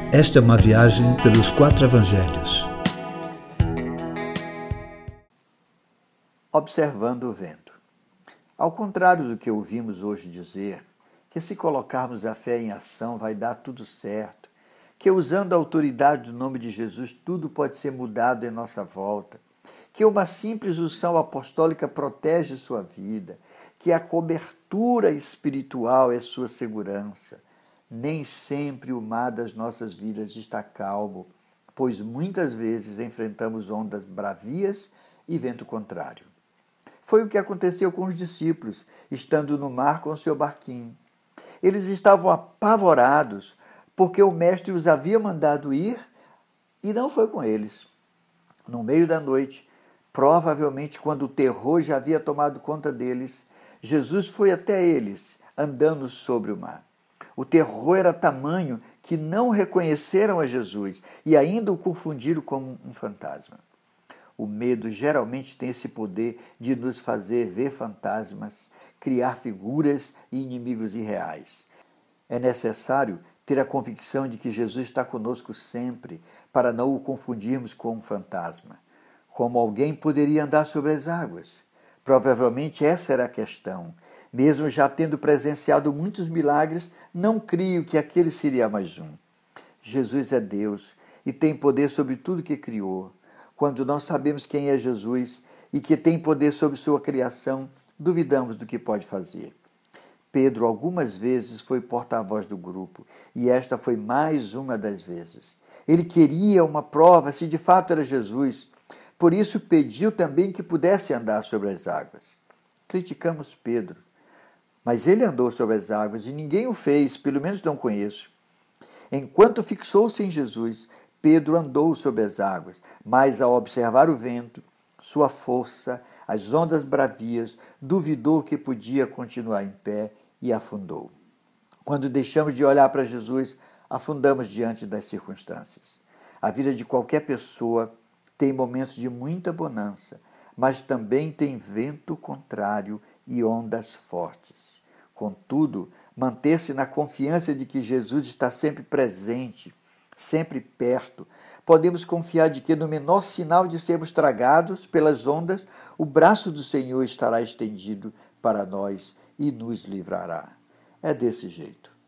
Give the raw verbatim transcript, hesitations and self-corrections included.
Esta é uma viagem pelos quatro evangelhos. Observando o vento. Ao contrário do que ouvimos hoje dizer, que se colocarmos a fé em ação vai dar tudo certo, que usando a autoridade do nome de Jesus tudo pode ser mudado em nossa volta, que uma simples unção apostólica protege sua vida, que a cobertura espiritual é sua segurança. Nem sempre o mar das nossas vidas está calmo, pois muitas vezes enfrentamos ondas bravias e vento contrário. Foi o que aconteceu com os discípulos, estando no mar com seu barquinho. Eles estavam apavorados, porque o mestre os havia mandado ir e não foi com eles. No meio da noite, provavelmente quando o terror já havia tomado conta deles, Jesus foi até eles, andando sobre o mar. O terror era tamanho que não reconheceram a Jesus e ainda o confundiram como um fantasma. O medo geralmente tem esse poder de nos fazer ver fantasmas, criar figuras e inimigos irreais. É necessário ter a convicção de que Jesus está conosco sempre, para não o confundirmos com um fantasma. Como alguém poderia andar sobre as águas? Provavelmente essa era a questão. Mesmo já tendo presenciado muitos milagres, não creio que aquele seria mais um. Jesus é Deus e tem poder sobre tudo que criou. Quando nós sabemos quem é Jesus e que tem poder sobre sua criação, duvidamos do que pode fazer. Pedro algumas vezes foi porta-voz do grupo e esta foi mais uma das vezes. Ele queria uma prova se de fato era Jesus, por isso pediu também que pudesse andar sobre as águas. Criticamos Pedro, mas ele andou sobre as águas e ninguém o fez, pelo menos não conheço. Enquanto fixou-se em Jesus, Pedro andou sobre as águas, mas ao observar o vento, sua força, as ondas bravias, duvidou que podia continuar em pé e afundou. Quando deixamos de olhar para Jesus, afundamos diante das circunstâncias. A vida de qualquer pessoa tem momentos de muita bonança, mas também tem vento contrário e ondas fortes. Contudo, manter-se na confiança de que Jesus está sempre presente, sempre perto, podemos confiar de que no menor sinal de sermos tragados pelas ondas, o braço do Senhor estará estendido para nós e nos livrará. É desse jeito.